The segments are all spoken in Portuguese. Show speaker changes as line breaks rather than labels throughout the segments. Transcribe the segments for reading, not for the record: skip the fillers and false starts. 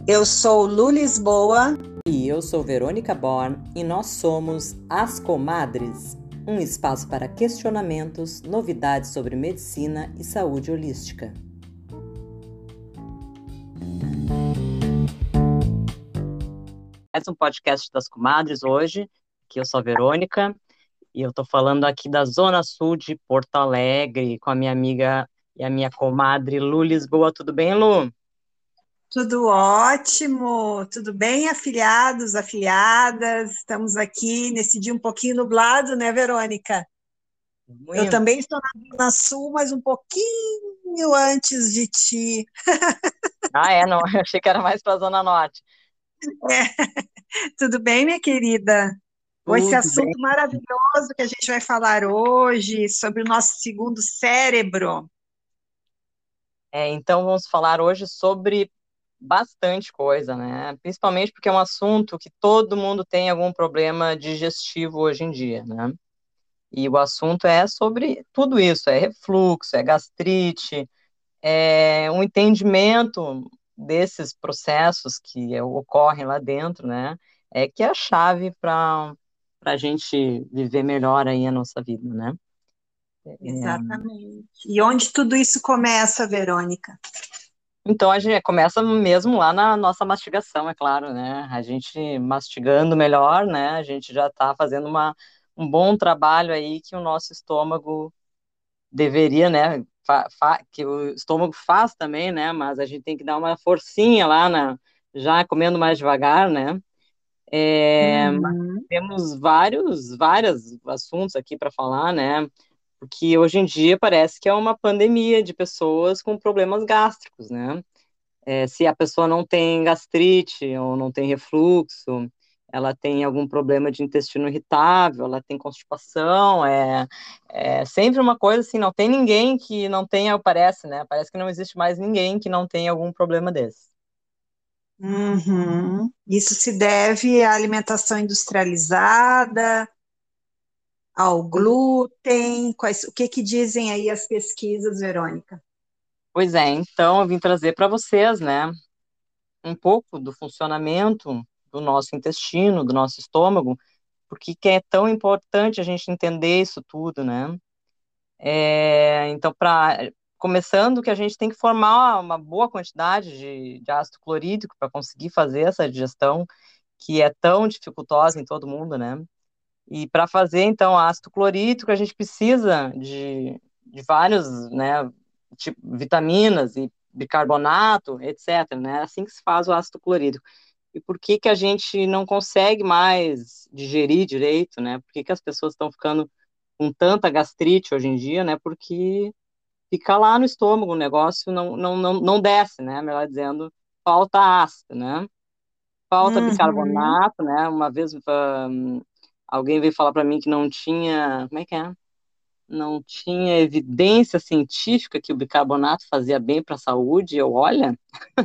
Eu sou Lu Lisboa.
E eu sou Verônica Born e nós somos As Comadres, um espaço para questionamentos, novidades sobre medicina e saúde holística. Mais um podcast das Comadres hoje, que eu sou a Verônica e eu tô falando aqui da Zona Sul de Porto Alegre com a minha amiga e a minha comadre Lu Lisboa. Tudo bem, Lu?
Tudo ótimo, tudo bem, afiliados, afiliadas? Estamos aqui nesse dia um pouquinho nublado, né, Verônica? Eu
Muito.
também estou na Zona Sul, mas um pouquinho antes de ti.
Ah, é? Não, eu achei que era mais para a Zona Norte.
Tudo bem, minha querida? Com esse
Tudo bem.
assunto maravilhoso que a gente vai falar hoje, sobre o nosso segundo cérebro.
Então, vamos falar hoje sobre bastante coisa, né? Principalmente porque é um assunto que todo mundo tem algum problema digestivo hoje em dia, né? E o assunto é sobre tudo isso, é refluxo, é gastrite, é um entendimento desses processos que ocorrem lá dentro, né? É que é a chave para a gente viver melhor aí a nossa vida, né?
Exatamente. E onde tudo isso começa, Verônica?
Então a gente começa mesmo lá na nossa mastigação, é claro, né? A gente mastigando melhor, né? A gente já está fazendo um bom trabalho aí que o nosso estômago deveria, né? Que o estômago faz também, né? Mas a gente tem que dar uma forcinha lá já comendo mais devagar, né? Mas
Uhum.
temos vários assuntos aqui para falar, né? Porque hoje em dia parece que é uma pandemia de pessoas com problemas gástricos, né? Se a pessoa não tem gastrite ou não tem refluxo, ela tem algum problema de intestino irritável, ela tem constipação, é sempre uma coisa assim, não tem ninguém que não tenha, parece, né? Parece que não existe mais ninguém que não tenha algum problema desse.
Uhum. Isso se deve à alimentação industrializada, ao glúten, o que que dizem aí as pesquisas, Verônica?
Pois é, então eu vim trazer para vocês, né, um pouco do funcionamento do nosso intestino, do nosso estômago, porque que é tão importante a gente entender isso tudo, né? Então, começando que a gente tem que formar uma boa quantidade de ácido clorídrico para conseguir fazer essa digestão que é tão dificultosa em todo mundo, né? E para fazer, então, ácido clorídrico, a gente precisa de vários, né, tipo, vitaminas e bicarbonato, etc., né? Assim que se faz o ácido clorídrico. E por que que a gente não consegue mais digerir direito, né? Por que que as pessoas estão ficando com tanta gastrite hoje em dia, né? Porque fica lá no estômago, o negócio não desce, né? Melhor dizendo, falta ácido, né? Falta
Uhum.
bicarbonato, né? Uma vez alguém veio falar para mim que não tinha, como é que é? Não tinha evidência científica que o bicarbonato fazia bem para a saúde. Eu, olha,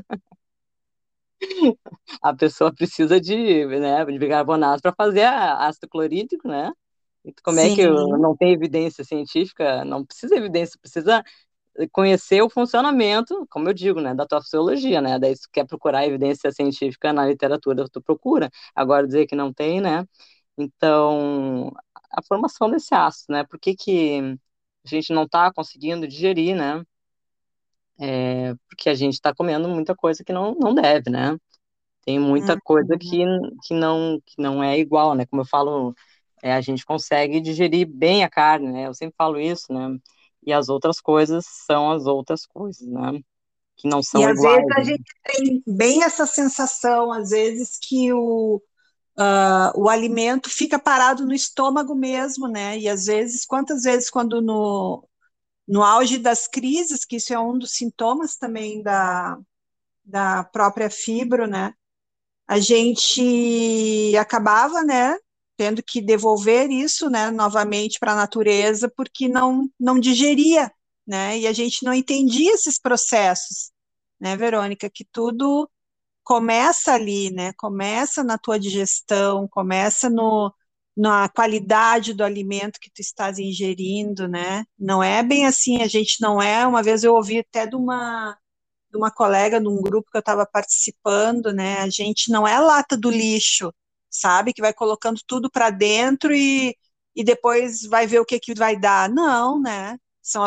a pessoa precisa de bicarbonato para fazer ácido clorídrico, né? E como é que
Sim.
não tem evidência científica? Não precisa evidência, precisa conhecer o funcionamento, como eu digo, né, da tua fisiologia, né? Daí se tu quer procurar evidência científica na literatura, tu procura. Agora dizer que não tem, né? Então, a formação desse ácido, né? Por que que a gente não está conseguindo digerir, né? Porque a gente está comendo muita coisa que não deve, né? Tem muita coisa
Uhum.
que não é igual, né? Como eu falo, a gente consegue digerir bem a carne, né? Eu sempre falo isso, né? E as outras coisas são as outras coisas, né? Que não
E
são
às vezes
iguais,
a
né?
gente tem bem essa sensação, às vezes, que o alimento fica parado no estômago mesmo, né? E às vezes, quantas vezes, quando no auge das crises, que isso é um dos sintomas também da própria fibro, né? A gente acabava, né, tendo que devolver isso, né, novamente para a natureza, porque não digeria, né? E a gente não entendia esses processos, né, Verônica? Que tudo começa ali, né? Começa na tua digestão, começa no na qualidade do alimento que tu estás ingerindo, né? Não é bem assim, a gente não é. Uma vez eu ouvi até de uma colega de um grupo que eu estava participando, né? A gente não é lata do lixo, sabe? Que vai colocando tudo para dentro e depois vai ver o que que vai dar. Não, né?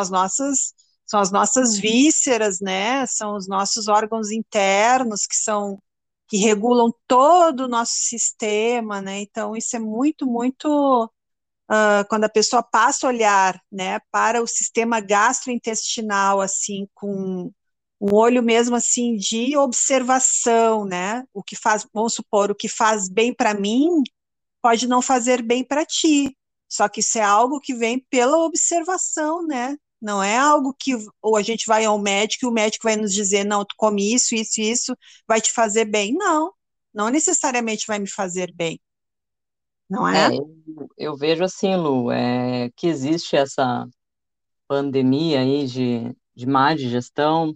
São as nossas vísceras, né? São os nossos órgãos internos que regulam todo o nosso sistema, né? Então isso é muito, muito quando a pessoa passa a olhar, né, para o sistema gastrointestinal, assim, com um olho mesmo assim de observação, né? O que faz, vamos supor, o que faz bem para mim pode não fazer bem para ti. Só que isso é algo que vem pela observação, né? Não é algo que ou a gente vai ao médico e o médico vai nos dizer, não, tu come isso, isso, isso, vai te fazer bem. Não, não necessariamente vai me fazer bem, não é?
Eu vejo assim, Lu, que existe essa pandemia aí de má digestão,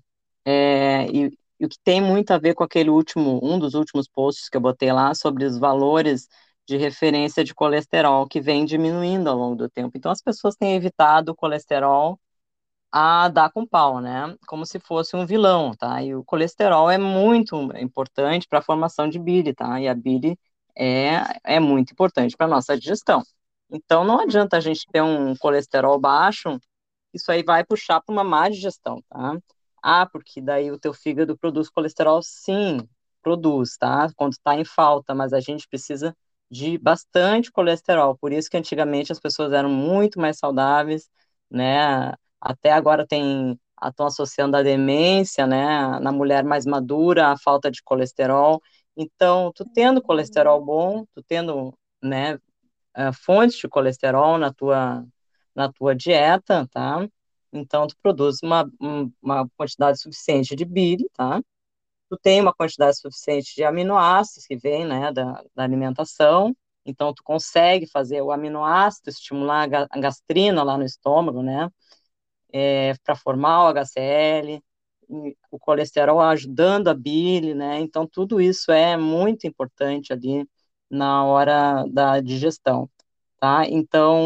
e o que tem muito a ver com aquele um dos últimos posts que eu botei lá sobre os valores de referência de colesterol que vem diminuindo ao longo do tempo. Então as pessoas têm evitado o colesterol a dar com pau, né? Como se fosse um vilão, tá? E o colesterol é muito importante para a formação de bile, tá? E a bile é muito importante para a nossa digestão. Então não adianta a gente ter um colesterol baixo, isso aí vai puxar para uma má digestão, tá? Ah, porque daí o teu fígado produz colesterol? Sim, produz, tá? Quando está em falta, mas a gente precisa de bastante colesterol. Por isso que antigamente as pessoas eram muito mais saudáveis, né? Até agora estão associando a demência, né? Na mulher mais madura, a falta de colesterol. Então, tu tendo colesterol bom, tu tendo, né, fontes de colesterol na tua dieta, tá? Então, tu produz uma quantidade suficiente de bile, tá? Tu tem uma quantidade suficiente de aminoácidos que vem, né, da alimentação. Então, tu consegue fazer o aminoácido estimular a gastrina lá no estômago, né? Para formar o HCl, o colesterol ajudando a bile, né? Então, tudo isso é muito importante ali na hora da digestão, tá? Então,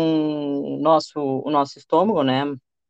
o nosso estômago, né?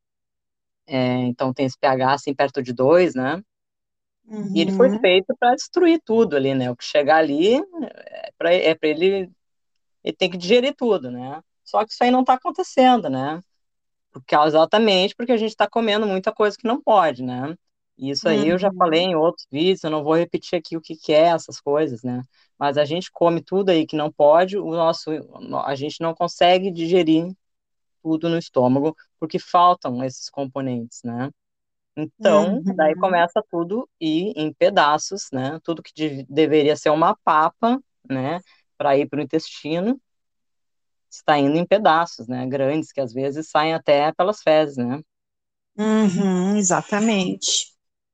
Então, tem esse pH assim perto de 2, né? E ele foi
Uhum.
feito para destruir tudo ali, né? O que chegar ali para ele tem que digerir tudo, né? Só que isso aí não está acontecendo, né? Exatamente porque a gente está comendo muita coisa que não pode, né? E isso aí eu já falei
Uhum,
em outros vídeos, eu não vou repetir aqui o que que é essas coisas, né? Mas a gente come tudo aí que não pode, a gente não consegue digerir tudo no estômago porque faltam esses componentes, né? Então, daí
uhum,
começa tudo ir em pedaços, né? Tudo que deveria ser uma papa, né? Para ir para o intestino, está indo em pedaços, né? Grandes, que às vezes saem até pelas fezes, né?
uhum, exatamente.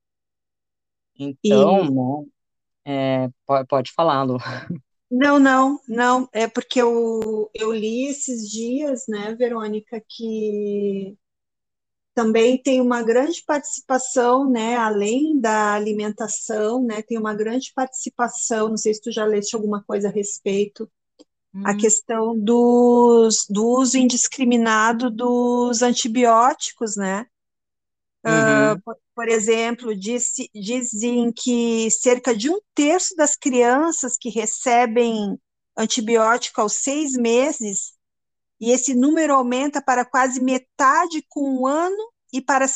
Então,
E
né, pode falar, Lu.
não, não, não, é porque eu li esses dias, né, Verônica, que também tem uma grande participação, né, além da alimentação, né, tem uma grande participação, não sei se tu já leste alguma coisa a respeito, a
Hum.
questão do uso indiscriminado dos antibióticos, né?
Uhum,
Por exemplo, dizem que cerca de um terço das crianças que recebem antibiótico aos 6 meses, e esse número aumenta para quase metade com 1 ano e para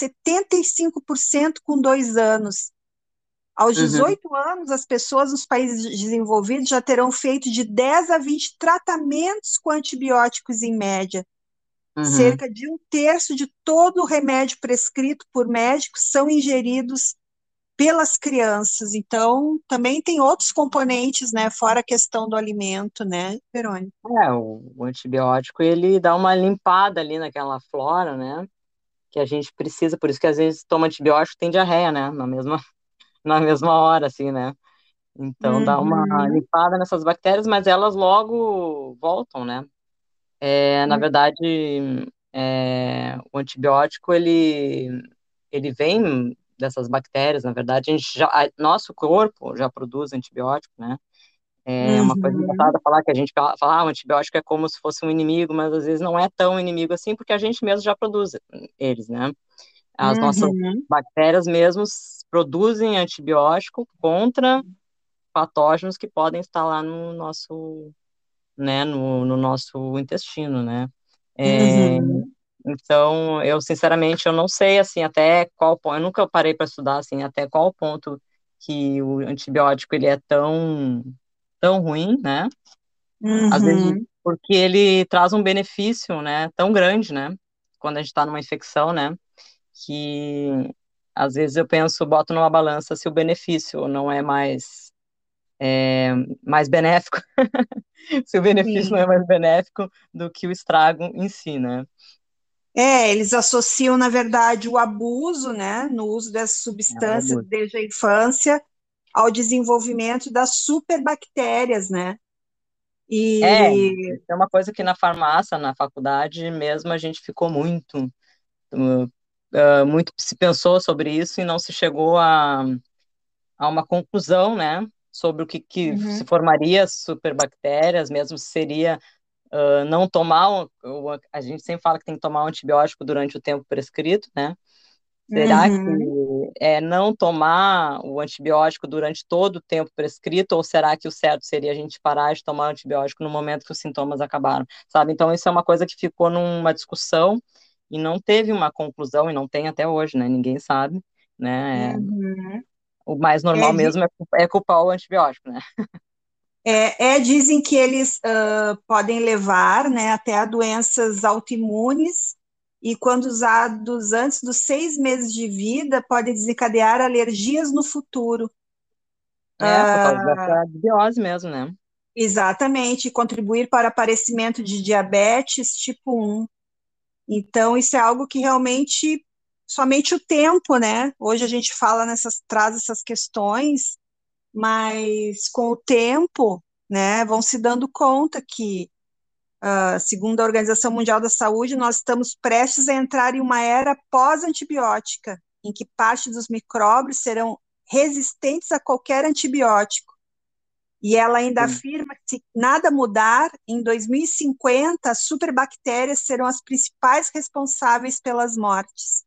75% com 2 anos. Aos
uhum,
18 anos, as pessoas nos países desenvolvidos já terão feito de 10 a 20 tratamentos com antibióticos em média.
uhum.
Cerca de um terço de todo o remédio prescrito por médicos são ingeridos pelas crianças. Então, também tem outros componentes, né, fora a questão do alimento, né, Verônica?
O antibiótico, ele dá uma limpada ali naquela flora, né? Que a gente precisa, por isso que às vezes toma antibiótico e tem diarreia, né? Na mesma hora, assim, né? Então dá uma
Uhum,
limpada nessas bactérias, mas elas logo voltam, né? Na verdade, o antibiótico ele vem dessas bactérias. Na verdade, nosso corpo já produz antibiótico, né? É uma coisa
uhum,
engraçada falar que a gente fala, o antibiótico é como se fosse um inimigo, mas às vezes não é tão inimigo assim, porque a gente mesmo já produz eles, né? As nossas
Uhum,
bactérias mesmos produzem antibiótico contra patógenos que podem estar lá no nosso, né, no nosso intestino, né? É,
uhum,
então, eu sinceramente eu não sei assim até qual ponto, eu nunca parei para estudar assim até qual ponto que o antibiótico ele é tão ruim, né? Às vezes
uhum.
porque ele traz um benefício, né, tão grande, né? Quando a gente está numa infecção, né? Que às vezes eu penso, boto numa balança se o benefício não é mais benéfico, se o benefício não é
Sim.
mais benéfico do que o estrago em si, né?
Eles associam, na verdade, o abuso, né, no uso dessa
É o
substância
abuso.
desde a infância ao desenvolvimento das superbactérias, né?
É,
E
isso é uma coisa que na farmácia, na faculdade mesmo, a gente ficou muito se pensou sobre isso e não se chegou a uma conclusão, né, sobre o que se
Uhum,
formaria superbactérias, mesmo se seria não tomar, a gente sempre fala que tem que tomar um antibiótico durante o tempo prescrito, né? Será que
uhum,
é não tomar o antibiótico durante todo o tempo prescrito, ou será que o certo seria a gente parar de tomar antibiótico no momento que os sintomas acabaram, sabe? Então, isso é uma coisa que ficou numa discussão e não teve uma conclusão, e não tem até hoje, né? Ninguém sabe, né?
uhum.
O mais
É,
normal mesmo é culpar o antibiótico, né?
dizem que eles podem levar, né, até a doenças autoimunes e, quando usados antes dos 6 meses de vida, podem desencadear alergias no futuro.
É, por causa
Ah,
dessa biose mesmo, né?
exatamente, contribuir para o aparecimento de diabetes tipo 1. Então, isso é algo que realmente somente o tempo, né? Hoje a gente fala traz essas questões, mas com o tempo, né, vão se dando conta que, segundo a Organização Mundial da Saúde, nós estamos prestes a entrar em uma era pós-antibiótica, em que parte dos micróbios serão resistentes a qualquer antibiótico. E ela ainda
Sim.
afirma que, se nada mudar, em 2050, as superbactérias serão as principais responsáveis pelas mortes.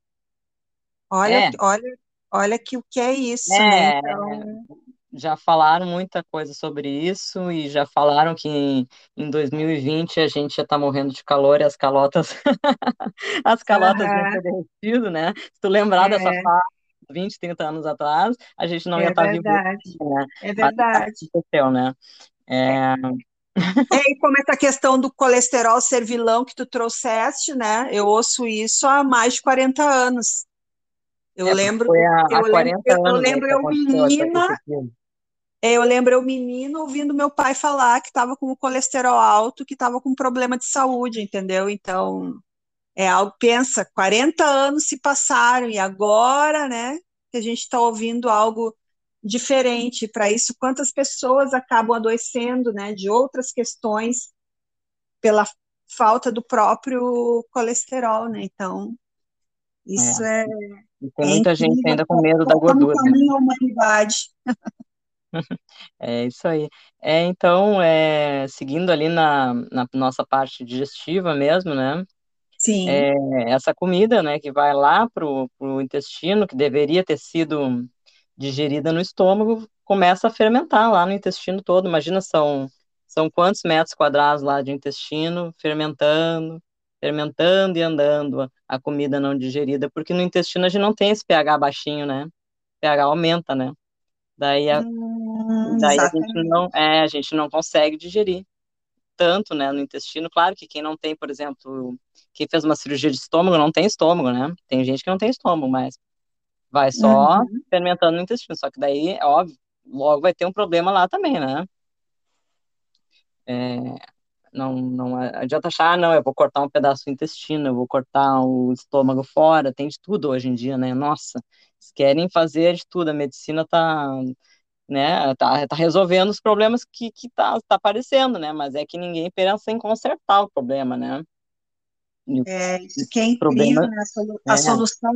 Olha,
É,
olha, olha que o que é isso, né?
é,
Então,
já falaram muita coisa sobre isso e já falaram que em 2020 a gente já está morrendo de calor e as calotas, as calotas iam
aham,
ter derretido, né? Se tu lembrar dessa
é,
fase, 20, 30 anos atrás, a gente não ia
é
estar vivo hoje,
verdade,
né?
é
Mas
verdade.
aconteceu, né? É,
E como essa questão do colesterol ser vilão que tu trouxeste, né? Eu ouço isso há mais de 40 anos. Eu
porque
lembro,
foi
eu
há
lembro,
40
eu
anos, né,
lembro
que
eu
aconteceu
menina,
esse filme.
eu lembro eu menino ouvindo meu pai falar que estava com o colesterol alto, que estava com problema de saúde, entendeu? Então, é algo, pensa, 40 anos se passaram e agora, né, que a gente está ouvindo algo diferente. Para isso, quantas pessoas acabam adoecendo, né, de outras questões pela falta do próprio colesterol, né? Então,
É.
isso é,
E tem
é
muita gente
incrível
ainda com medo da
como
gordura, né?
caminha a humanidade.
É isso aí. Então, seguindo ali na nossa parte digestiva mesmo, né?
Sim.
Essa comida, né, que vai lá pro intestino, que deveria ter sido digerida no estômago, começa a fermentar lá no intestino todo. Imagina, são quantos metros quadrados lá de intestino fermentando, fermentando e andando a comida não digerida, porque no intestino a gente não tem esse pH baixinho, né? O pH aumenta, né? Daí a, daí
Exatamente.
a gente não consegue digerir tanto, né, no intestino. Claro que quem não tem, por exemplo, quem fez uma cirurgia de estômago não tem estômago, né? Tem gente que não tem estômago, mas vai só
Uhum.
fermentando no intestino. Só que daí, é óbvio, logo vai ter um problema lá também, né? É, não adianta achar, não, eu vou cortar um pedaço do intestino, eu vou cortar o estômago fora, tem de tudo hoje em dia, né? Nossa, eles querem fazer de tudo, a medicina tá, né, tá resolvendo os problemas que tá aparecendo, né? Mas é que ninguém pensa em consertar o problema, né? E o
Isso que é incrível,
problema
né? A
é,
solução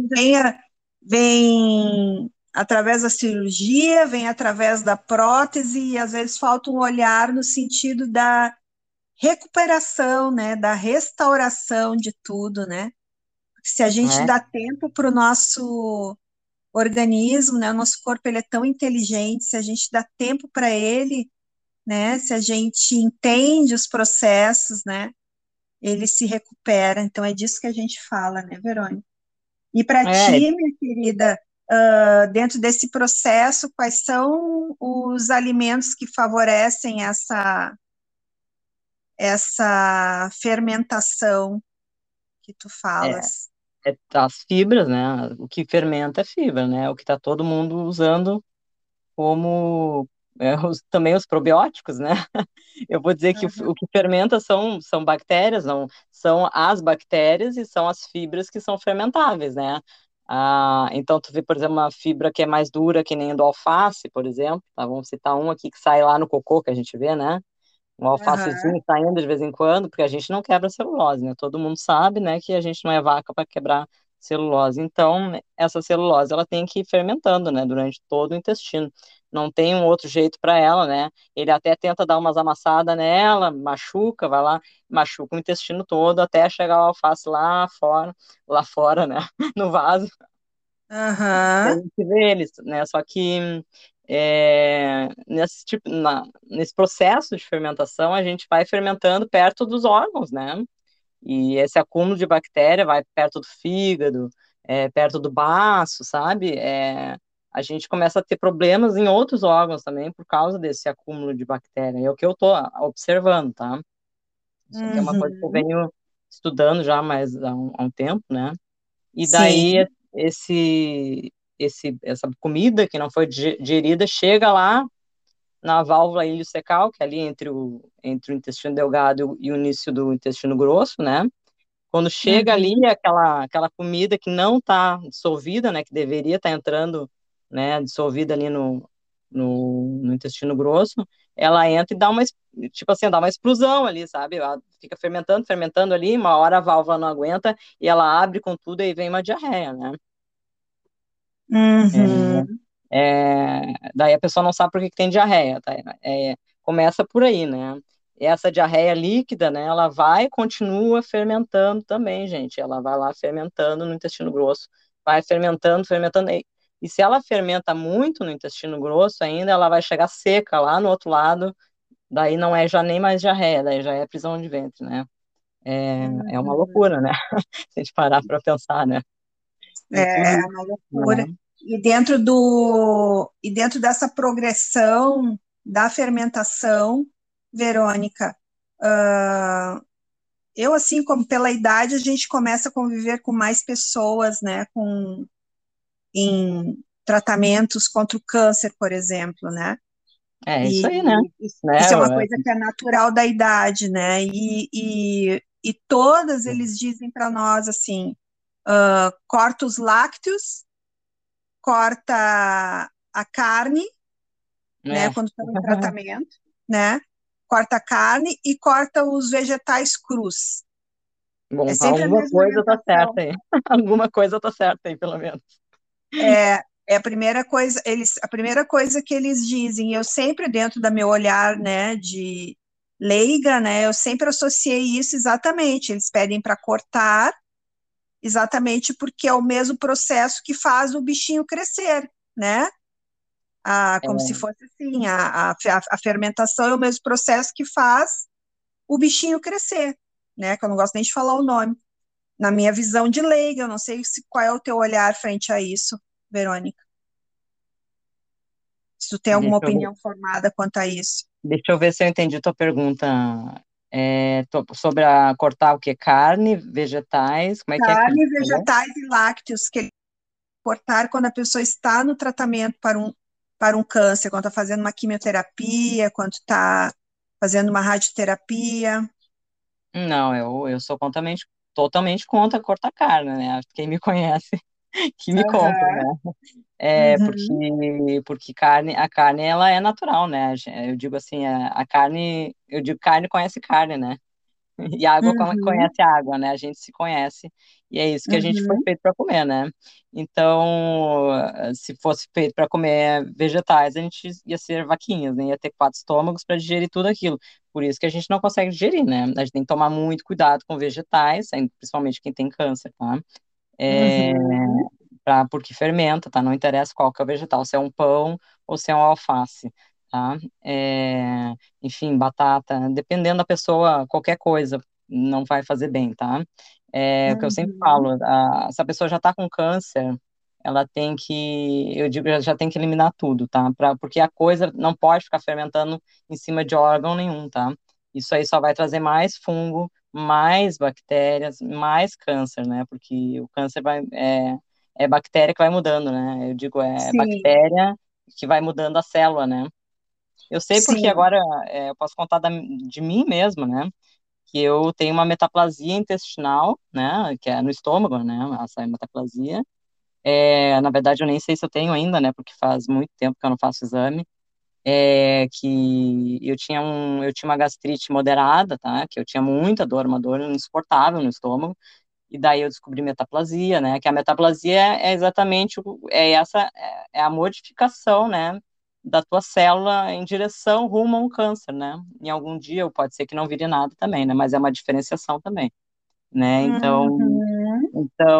vem através da cirurgia, vem através da prótese, e às vezes falta um olhar no sentido da recuperação, né? Da restauração de tudo, né? Se a gente
né?
dá tempo para o nosso organismo, né? O nosso corpo ele é tão inteligente, se a gente dá tempo para ele, né? Se a gente entende os processos, né? Ele se recupera. Então é disso que a gente fala, né, Verônica? E para
É,
ti, minha querida, dentro desse processo, quais são os alimentos que favorecem essa fermentação que tu
é,
falas?
as fibras, né? O que fermenta é fibra, né? O que está todo mundo usando como também os probióticos, né? Eu vou dizer que o que fermenta são bactérias, não são as bactérias e são as fibras que são fermentáveis, né? Então, tu vê, por exemplo, uma fibra que é mais dura, que nem a do alface, por exemplo, tá? Vamos citar um aqui que sai lá no cocô, que a gente vê, né? Um
Aham,
alfacezinho saindo de vez em quando, porque a gente não quebra celulose, né? Todo mundo sabe, né, que a gente não é vaca para quebrar celulose. Então, essa celulose, ela tem que ir fermentando, né, durante todo o intestino. Não tem um outro jeito para ela, né? Ele até tenta dar umas amassadas nela, machuca, vai lá, machuca o intestino todo até chegar o alface lá fora, né, no vaso. E a
aham,
gente vê eles, né? Só que nesse processo de fermentação, a gente vai fermentando perto dos órgãos, né? E esse acúmulo de bactéria vai perto do fígado, perto do baço, sabe? A gente começa a ter problemas em outros órgãos também por causa desse acúmulo de bactéria. É o que eu estou observando, tá? Isso aqui é uma coisa que eu
uhum,
venho estudando já mais há um tempo, né? E daí
sim,
essa comida que não foi digerida chega lá na válvula iliocecal, que é ali entre o intestino delgado e o início do intestino grosso, né? Quando chega ali
uhum,
aquela comida que não está dissolvida, né, que deveria estar entrando, né, dissolvida ali no intestino grosso, ela entra e dá tipo assim, dá uma explosão ali, sabe? Ela fica fermentando, fermentando ali, uma hora a válvula não aguenta e ela abre com tudo e vem uma diarreia, né?
uhum,
Daí a pessoa não sabe por que que tem diarreia, tá? Começa por aí, né? E essa diarreia líquida, né? Ela vai e continua fermentando também, gente. Ela vai lá fermentando no intestino grosso, vai fermentando, fermentando. E se ela fermenta muito no intestino grosso ainda, ela vai chegar seca lá no outro lado. Daí não é já nem mais diarreia, daí já é prisão de ventre, né? É uma loucura,
uhum.
né? Se a gente parar para pensar, né? Em tudo
É
isso,
uma loucura.
né?
E dentro dessa progressão da fermentação, Verônica, eu, assim como pela idade, a gente começa a conviver com mais pessoas, né, em tratamentos contra o câncer, por exemplo, né?
É isso aí, né?
E isso é uma
Né?
coisa que é natural da idade, né? E todas eles dizem para nós assim, corta os lácteos, corta a carne, né,
É.
quando estão em tratamento, né? Corta a carne e corta os vegetais crus. É
Bom,
sempre a
alguma
mesma
coisa tá certa
orientação.
aí. Alguma coisa tá certa aí, pelo menos.
É a primeira coisa, a primeira coisa que eles dizem. Eu sempre, dentro da meu olhar, né, de leiga, né, eu sempre associei isso exatamente. Eles pedem para cortar, exatamente porque é o mesmo processo que faz o bichinho crescer, né? Como se
É,
fosse assim, a fermentação é o mesmo processo que faz o bichinho crescer, né? Que eu não gosto nem de falar o nome. Na minha visão de leiga, eu não sei qual é o teu olhar frente a isso, Verônica. Se tu tem alguma
deixa eu ver,
opinião formada quanto a isso.
deixa eu ver se eu entendi tua pergunta. Sobre cortar o quê? Carne, vegetais, como é que
Carne,
falou?
vegetais e lácteos, que ele cortar quando a pessoa está no tratamento para um câncer, quando está fazendo uma quimioterapia, quando está fazendo uma radioterapia.
Não, eu sou totalmente contra cortar carne, né? Quem me conhece, que me compra, né?
Aham. Uhum.
Porque a carne, ela é natural, né? Eu digo assim, a carne, eu digo carne conhece carne, né? E a água
Uhum.
conhece a água, né? A gente se conhece. E é isso que a gente foi
Uhum.
feito para comer, né? Então, se fosse feito para comer vegetais, a gente ia ser vaquinhas, né? Ia ter quatro estômagos para digerir tudo aquilo. Por isso que a gente não consegue digerir, né? A gente tem que tomar muito cuidado com vegetais, principalmente quem tem câncer, tá?
Uhum.
porque fermenta, tá? Não interessa qual que é o vegetal, se é um pão ou se é um alface, tá? Enfim, batata, dependendo da pessoa, qualquer coisa não vai fazer bem, tá? O que eu sempre
Uhum.
falo, se a pessoa já tá com câncer, ela tem que, eu digo, já tem que eliminar tudo, tá? Porque a coisa não pode ficar fermentando em cima de órgão nenhum, tá? Isso aí só vai trazer mais fungo, mais bactérias, mais câncer, né? Porque o câncer é bactéria que vai mudando, né? Eu digo, é
Sim,
bactéria que vai mudando a célula, né? Eu sei porque
sim,
agora eu posso contar de mim mesmo, né? Que eu tenho uma metaplasia intestinal, né? Que é no estômago, né? Essa metaplasia. Na verdade, eu nem sei se eu tenho ainda, né? Porque faz muito tempo que eu não faço exame. Que eu tinha uma gastrite moderada, tá? Que eu tinha muita dor, uma dor insuportável no estômago. E daí eu descobri metaplasia, né? Que a metaplasia é exatamente é a modificação, né, da tua célula em direção rumo a um câncer, né? Em algum dia, ou pode ser que não vire nada também, né? Mas é uma diferenciação também, né?
uhum,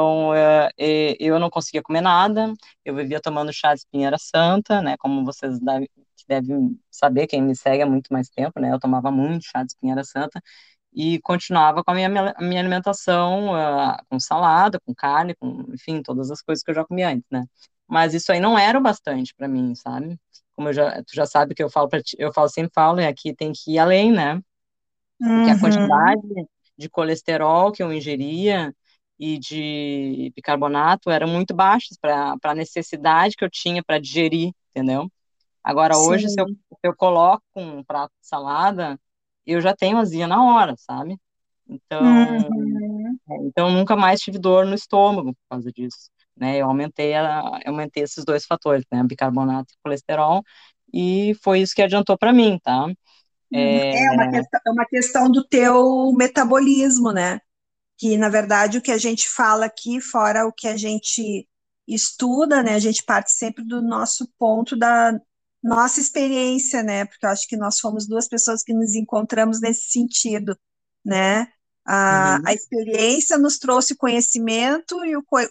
Eu não conseguia comer nada, eu vivia tomando chá de espinheira santa, né? Como vocês devem saber, quem me segue há muito mais tempo, né? Eu tomava muito chá de espinheira santa e continuava com a minha alimentação, com salada, com carne, com, enfim, todas as coisas que eu já comia antes, né? Mas isso aí não era o bastante para mim, sabe? Tu já sabe que eu falo para ti, eu falo sempre falo, aqui tem que ir além, né? Porque a
uhum,
quantidade de colesterol que eu ingeria e de bicarbonato eram muito baixas para a necessidade que eu tinha para digerir, entendeu? Agora, hoje,
sim,
se eu coloco um prato de salada, eu já tenho azia na hora, sabe? Então,
uhum,
então nunca mais tive dor no estômago por causa disso, né? Eu aumentei esses dois fatores, né? Bicarbonato e colesterol, e foi isso que adiantou para mim, tá?
uhum.
É,
É uma questão do teu metabolismo, né? Que, na verdade, o que a gente fala aqui, fora o que a gente estuda, né? A gente parte sempre do nosso ponto da nossa experiência, né? Porque eu acho que nós fomos duas pessoas que nos encontramos nesse sentido, né? A
uhum.
experiência nos trouxe conhecimento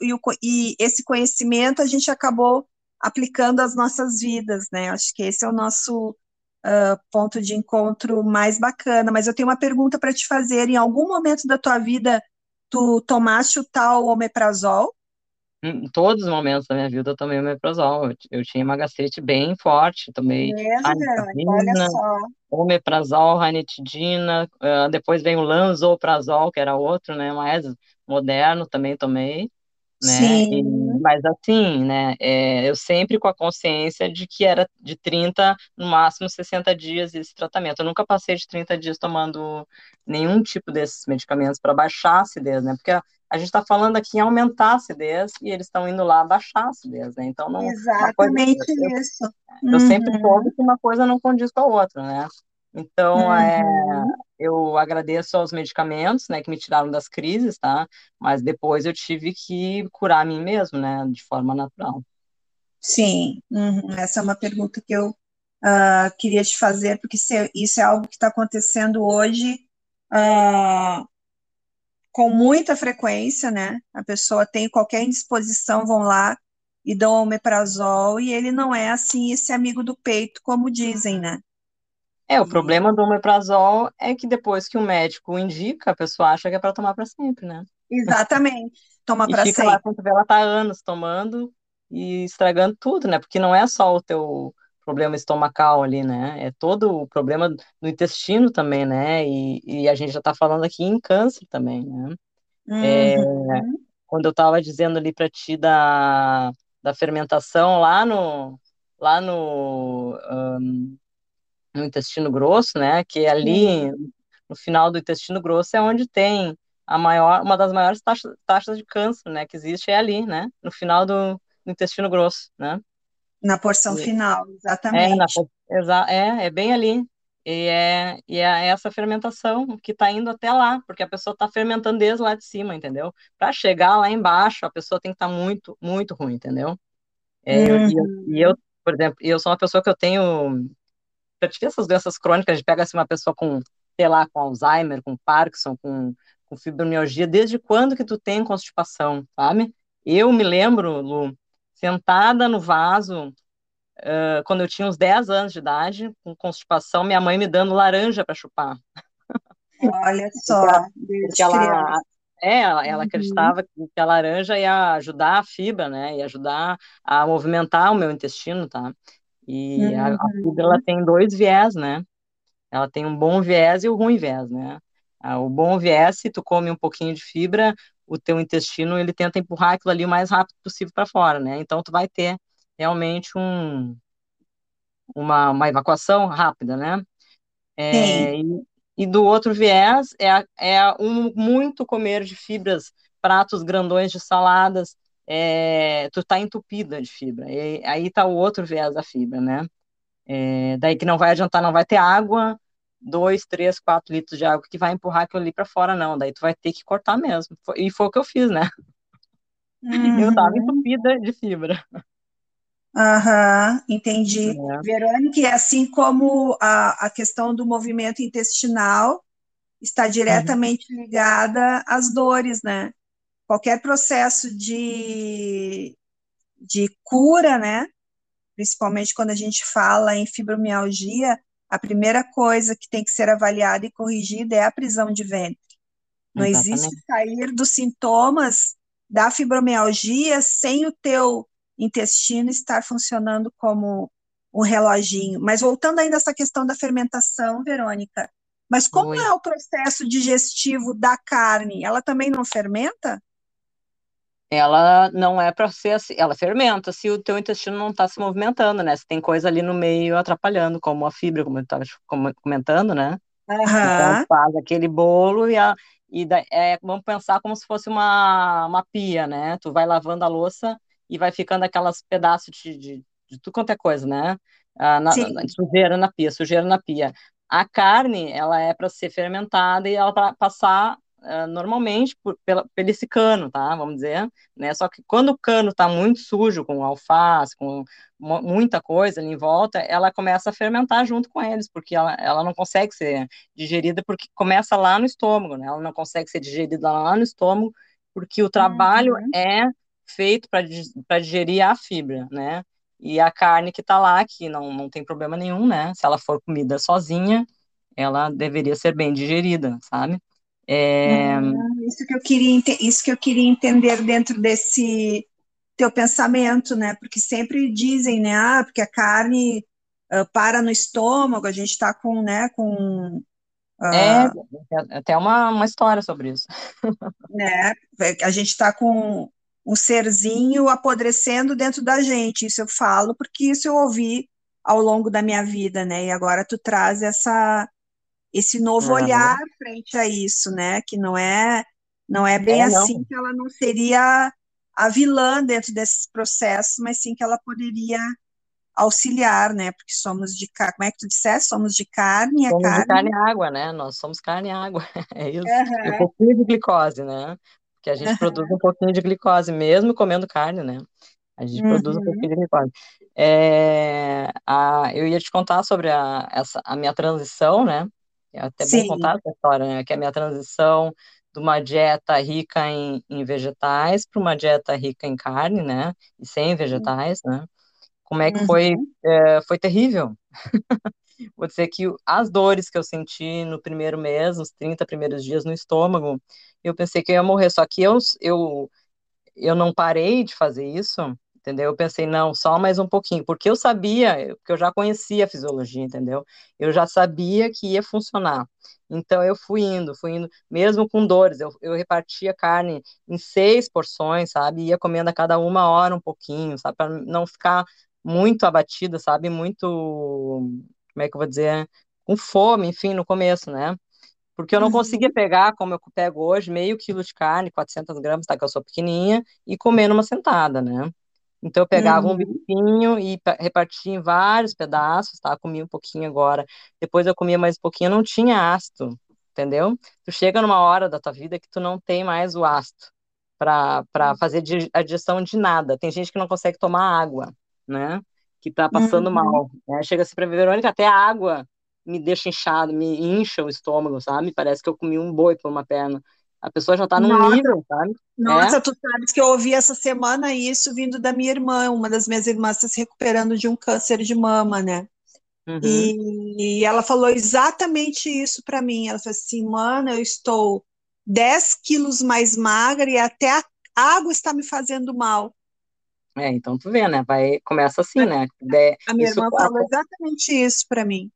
e esse conhecimento a gente acabou aplicando às nossas vidas, né? Acho que esse é o nosso ponto de encontro mais bacana. Mas eu tenho uma pergunta para te fazer. Em algum momento da tua vida, tu tomaste o tal omeprazol?
Em todos os momentos da minha vida eu tomei omeprazol. Eu tinha uma gastrite bem forte, tomei
Mesmo, Verônica, olha
ranitidina,
só.
omeprazol, ranitidina, depois vem o lanzoprazol, que era outro, né, mais moderno, também tomei, né,
Sim,
mas assim, né, eu sempre com a consciência de que era de 30 no máximo 60 dias esse tratamento. Eu nunca passei de 30 dias tomando nenhum tipo desses medicamentos para baixar a acidez, né, porque a gente está falando aqui em aumentar a acidez e eles estão indo lá baixar a acidez, né, então não, uma coisa,
exatamente isso.
eu sempre soube
Uhum,
que uma coisa não condiz com a outra, né? Então,
uhum.
eu agradeço aos medicamentos, né, que me tiraram das crises, tá? Mas depois eu tive que curar a mim mesmo, né, de forma natural.
Sim, uhum. Essa é uma pergunta que eu queria te fazer, porque isso é algo que está acontecendo hoje, ah, com muita frequência, né? A pessoa tem qualquer indisposição, vão lá e dão omeprazol, e ele não é assim esse amigo do peito, como dizem, né?
O
E,
problema do omeprazol é que depois que o médico indica, a pessoa acha que é para tomar para sempre, né?
exatamente, toma
E
para
fica lá,
sempre.
quando tu vê, ela tá há anos tomando e estragando tudo, né? Porque não é só o teu problema estomacal ali, né? É todo o problema do intestino também, né? E a gente já tá falando aqui em câncer também, né?
Uhum,
Quando eu tava dizendo ali para ti da fermentação lá no intestino grosso, né? Que ali
sim.
no final do intestino grosso é onde tem uma das maiores taxas de câncer, né? Que existe é ali, né? No final do intestino grosso, né?
Na porção
E
final,
é,
exatamente.
é bem ali. E é essa fermentação que está indo até lá, porque a pessoa está fermentando desde lá de cima, entendeu? Para chegar lá embaixo, a pessoa tem que estar muito, muito ruim, entendeu?
Uhum,
Por exemplo, eu sou uma pessoa que eu tenho já tive essas doenças crônicas, a gente pega assim, uma pessoa com, sei lá, com Alzheimer, com Parkinson, com fibromialgia, desde quando que tu tem constipação, sabe? Eu me lembro, Lu, sentada no vaso, quando eu tinha uns 10 anos de idade, com constipação, minha mãe me dando laranja para chupar.
Olha
Porque ela,
só,
porque
desde
ela,
criança.
ela
Uhum,
acreditava que a laranja ia ajudar a fibra, né? Ia ajudar a movimentar o meu intestino, tá? E a fibra, ela
uhum,
tem dois viés, né? Ela tem um bom viés e o ruim viés, né? O bom viés, se tu come um pouquinho de fibra, o teu intestino, ele tenta empurrar aquilo ali o mais rápido possível para fora, né? Então, tu vai ter realmente uma evacuação rápida, né?
sim.
E do outro viés um muito comer de fibras, pratos grandões de saladas, tu tá entupida de fibra. E aí tá o outro viés da fibra, né? Daí que não vai adiantar, não vai ter água, 2, 3, 4 litros de água que vai empurrar aquilo ali para fora, não. Daí tu vai ter que cortar mesmo. E foi o que eu fiz, né? Eu tava
Uhum,
entupida de fibra.
aham, entendi.
É,
Verônica, e assim como a questão do movimento intestinal está
uhum,
diretamente ligada às dores, né? Qualquer processo de cura, né? Principalmente quando a gente fala em fibromialgia, a primeira coisa que tem que ser avaliada e corrigida é a prisão de ventre. Não existe
exatamente.
sair dos sintomas da fibromialgia sem o teu intestino estar funcionando como um reloginho. Mas voltando ainda a essa questão da fermentação, Verônica, mas como
Oi.
é o processo digestivo da carne? Ela também não fermenta?
Ela não é para ser assim, ela fermenta se o teu intestino não está se movimentando, né? Se tem coisa ali no meio atrapalhando, como a fibra, como eu estava comentando, né? Então,
Aham,
faz aquele bolo vamos pensar como se fosse uma pia, né? Tu vai lavando a louça e vai ficando aquelas pedaços de tudo quanto é coisa, né?
sim.
Sujeira na pia. A carne, ela é para ser fermentada e ela para passar normalmente pelo esse cano, tá? Vamos dizer, né? Só que quando o cano está muito sujo, com alface, com muita coisa ali em volta, ela começa a fermentar junto com eles, porque ela não consegue ser digerida porque começa lá no estômago, né? Ela não consegue ser digerida lá no estômago porque o trabalho
Uhum,
é feito para digerir a fibra, né? E a carne que está lá, que não tem problema nenhum, né? Se ela for comida sozinha, ela deveria ser bem digerida, sabe? É,
isso que eu queria, isso que eu queria entender dentro desse teu pensamento, né? Porque sempre dizem, né? Ah, porque a carne para no estômago, a gente está com, né, com,
é
ah,
até uma história sobre isso.
né, a gente está com um serzinho apodrecendo dentro da gente. Isso eu falo porque isso eu ouvi ao longo da minha vida, né? E agora tu traz esse novo olhar frente a isso, né? Que não é bem
Não.
assim que ela não seria a vilã dentro desse processo, mas sim que ela poderia auxiliar, né? Porque somos de carne, como é que tu disseste? Somos de carne, e a
Somos de carne
carne.
e água, né? Nós somos carne e água, é isso. E um
Aham,
pouquinho de glicose, né? Porque a gente produz um
aham,
pouquinho de glicose, mesmo comendo carne, né? A gente produz um
uhum,
pouquinho de glicose. Eu ia te contar sobre a minha transição, né? É até bom
sim.
contar essa história, né? Que é a minha transição de uma dieta rica em vegetais para uma dieta rica em carne, né? E sem vegetais, né? Como é que foi?
Uhum,
Foi terrível. Vou dizer que as dores que eu senti no primeiro mês, nos 30 primeiros dias no estômago, eu pensei que eu ia morrer. Só que eu não parei de fazer isso, entendeu? Eu pensei, não, só mais um pouquinho, porque eu sabia, porque eu já conhecia a fisiologia, entendeu? Eu já sabia que ia funcionar. Então eu fui indo, mesmo com dores, eu repartia carne em 6 porções, sabe? Ia comendo a cada 1 hora um pouquinho, sabe? Para não ficar muito abatida, sabe? Muito, como é que eu vou dizer? Com fome, enfim, no começo, né? Porque eu não conseguia
uhum,
pegar, como eu pego hoje, meio quilo de carne, 400 gramas, tá, que eu sou pequenininha, e comer numa sentada, né? Então eu pegava um
uhum,
bifinho e repartia em vários pedaços, tá? Comia um pouquinho agora, depois eu comia mais um pouquinho, não tinha ácido, entendeu? Tu chega numa hora da tua vida que tu não tem mais o ácido para fazer a digestão de nada. Tem gente que não consegue tomar água, né? Que tá passando
uhum,
mal, né? Chega assim pra Verônica, até a água me deixa inchado, me incha o estômago, sabe? Parece que eu comi um boi por uma perna. A pessoa já está num
Nossa,
nível, sabe? É,
nossa, tu sabes que eu ouvi essa semana isso vindo da minha irmã. Uma das minhas irmãs está se recuperando de um câncer de mama, né?
uhum,
E ela falou exatamente isso para mim. Ela falou assim, mano, eu estou 10 quilos mais magra e até a água está me fazendo mal.
então tu vê, né? Começa
A,
assim, né?
a minha
Isso,
irmã falou exatamente isso para mim.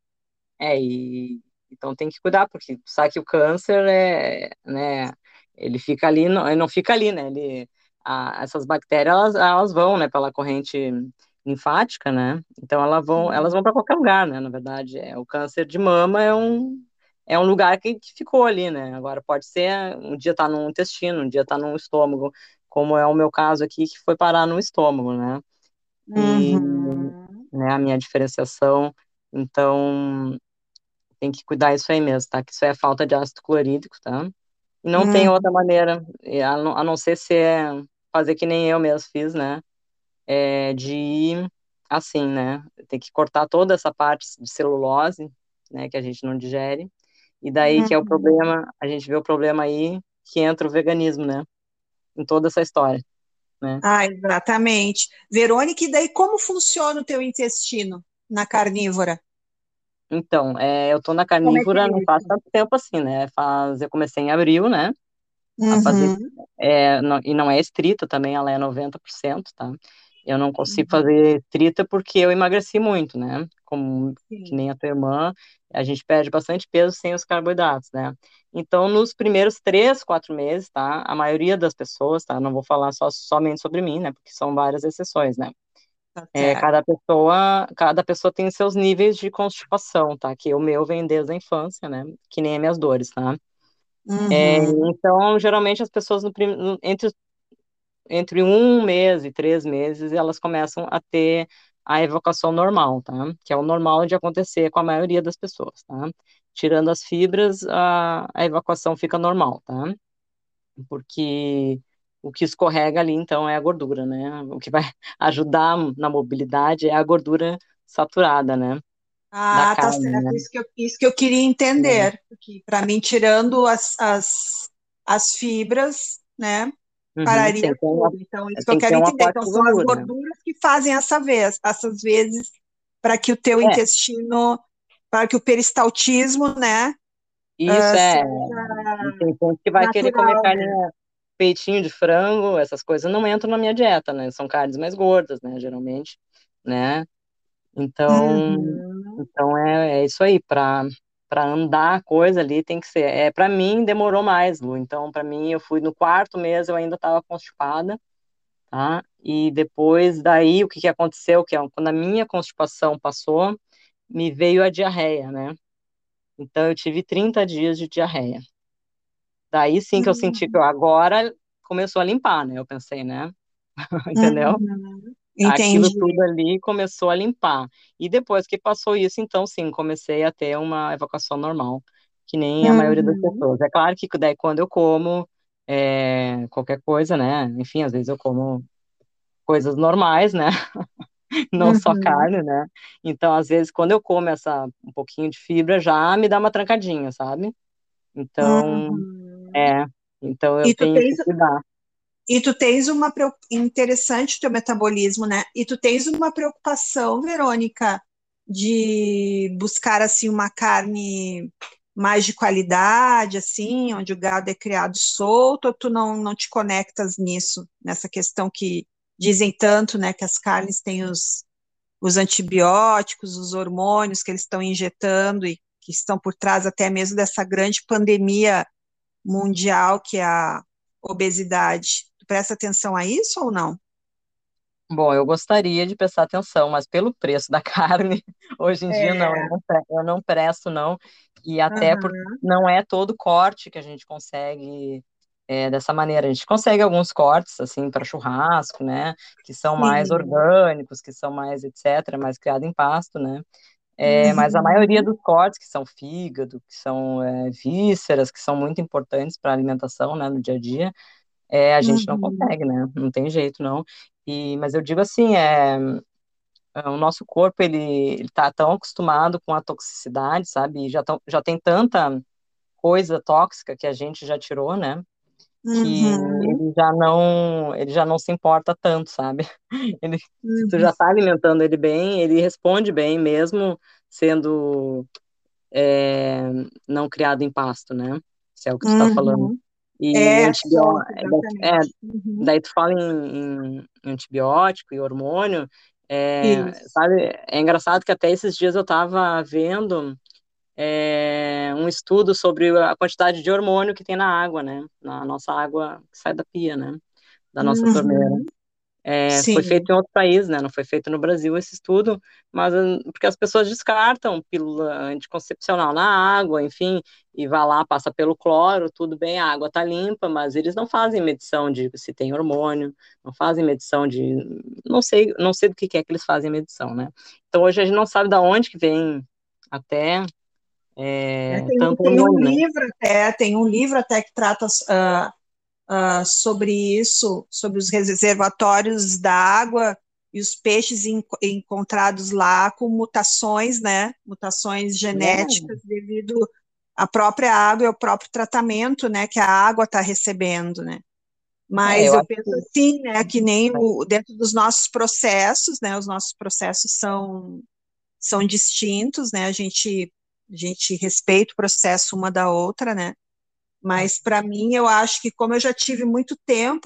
então tem que cuidar, porque tu sabe que o câncer né? Ele fica ali, não, ele não fica ali, né? Essas bactérias, elas vão, né? Pela corrente linfática, né? Então elas vão para qualquer lugar, né? Na verdade, o câncer de mama é um lugar que ficou ali, né? Agora pode ser um dia tá no intestino, um dia tá no estômago, como é o meu caso aqui, que foi parar no estômago, né? E,
Uhum,
né, a minha diferenciação, então tem que cuidar isso aí mesmo, tá? Que isso é falta de ácido clorídrico, tá? E não tem outra
uhum,
maneira, a não ser se fazer que nem eu mesmo fiz, né? De ir assim, né? Tem que cortar toda essa parte de celulose, né? Que a gente não digere. E daí que é o
uhum.
problema, a gente vê o problema aí que entra o veganismo, né? Em toda essa história, né?
Ah, exatamente. Verônica, e daí como funciona o teu intestino na carnívora?
Então, eu tô na
Como é que
carnívora não
é
faz
isso?
tanto tempo assim, né? Eu comecei em abril, né? A fazer,
Uhum,
e não é estrita também, ela é 90%, tá? Eu não consigo
uhum,
fazer estrita porque eu emagreci muito, né? Como que
sim,
nem a tua irmã, a gente perde bastante peso sem os carboidratos, né? Então, nos primeiros 3, 4 meses, tá? A maioria das pessoas, tá? Não vou falar somente sobre mim, né? Porque são várias exceções, né?
tá certo.
Cada pessoa tem seus níveis de constipação, tá? Que o meu vem desde a infância, né? Que nem as minhas dores, tá?
Uhum,
Então, geralmente as pessoas entre 1 mês e 3 meses, elas começam a ter a evacuação normal, tá? Que é o normal de acontecer com a maioria das pessoas, tá? Tirando as fibras, a evacuação fica normal, tá? Porque o que escorrega ali, então, é a gordura, né? O que vai ajudar na mobilidade é a gordura saturada, né? Da
ah, tá
carne, né?
certo. Isso que eu queria entender. Porque, para mim, tirando as fibras, né,
Uhum,
pararia tudo. Então, isso que eu
tem que
quero
ter um
entender.
aporte
Então,
de
são as
gordura, né?
gorduras que fazem essas vezes, para que o teu
É,
intestino, para que o peristaltismo, né,
isso
seja
tem gente que vai querer comer
natural,
carne,
né?
peitinho de frango, essas coisas não entram na minha dieta, né? São carnes mais gordas, né, geralmente, né? Então,
Uhum,
é isso aí, para andar a coisa ali tem que ser. Para mim demorou mais, Lu. Então, para mim eu fui no quarto mês, eu ainda estava constipada, tá? E depois daí o que que aconteceu, quando a minha constipação passou, me veio a diarreia, né? Então eu tive 30 dias de diarreia. Daí sim que eu senti que
uhum,
agora começou a limpar, né? Eu pensei, né? Entendeu?
uhum.
Aquilo
Entendi.
tudo ali começou a limpar. E depois que passou isso, então sim, comecei a ter uma evacuação normal, que nem a maioria das
Uhum,
pessoas. É claro que daí quando eu como qualquer coisa, né? Enfim, às vezes eu como coisas normais, né? Não só
uhum,
carne, né? Então, às vezes, quando eu como um pouquinho de fibra, já me dá uma trancadinha, sabe? Então,
uhum.
é. Então
E
eu
tu
tenho
tens,
que cuidar.
e tu tens interessante o teu metabolismo, né? E tu tens uma preocupação, Verônica, de buscar assim uma carne mais de qualidade, assim, onde o gado é criado solto, ou tu não te conectas nisso, nessa questão que dizem tanto, né, que as carnes têm os antibióticos, os hormônios que eles estão injetando e que estão por trás até mesmo dessa grande pandemia mundial que é a obesidade. Tu presta atenção a isso ou não?
Bom, eu gostaria de prestar atenção, mas pelo preço da carne, hoje em dia não,
É.
eu não presto não, e até porque
Aham,
não é todo corte que a gente consegue dessa maneira. A gente consegue alguns cortes assim para churrasco, né, que são mais
sim.
orgânicos, que são mais etc, mais criado em pasto, né. Mas a maioria
Uhum,
dos cortes que são fígado, que são vísceras, que são muito importantes para a alimentação, né, no dia a dia, a gente não
uhum,
consegue, né? Não tem jeito, não. Mas eu digo assim, o nosso corpo, ele tá tão acostumado com a toxicidade, sabe? E já tem tanta coisa tóxica que a gente já tirou, né? que
Uhum,
ele já não se importa tanto, sabe? Ele, se tu
uhum,
já está alimentando ele bem, ele responde bem, mesmo sendo é, não criado em pasto, né? Se é o que tu está falando.
uhum.
E
É,
antibiótico,
solto, exatamente. Uhum.
daí tu fala em antibiótico e hormônio,
Isso.
sabe? É engraçado que até esses dias eu estava vendo um estudo sobre a quantidade de hormônio que tem na água, né? Na nossa água que sai da pia, né? Da nossa torneira.
Uhum.
Foi feito
Sim.
em outro país, né? Não foi feito no Brasil esse estudo, mas porque as pessoas descartam pílula anticoncepcional na água, enfim, e vai lá, passa pelo cloro, tudo bem, a água tá limpa, mas eles não fazem medição de se tem hormônio, não fazem medição de, não sei do que é que eles fazem medição, né? Então hoje a gente não sabe da onde que vem até tanto hormônio, né?
Tem um livro até que trata sobre isso, sobre os reservatórios da água e os peixes encontrados lá com mutações, né? Mutações genéticas devido à própria água e ao próprio tratamento, né? Que a água está recebendo, né? Mas
Eu
eu
acho
penso
que
assim, né? Que nem dentro dos nossos processos, né? Os nossos processos são distintos, né? A gente respeita o processo uma da outra, né? Mas para mim, eu acho que como eu já tive muito tempo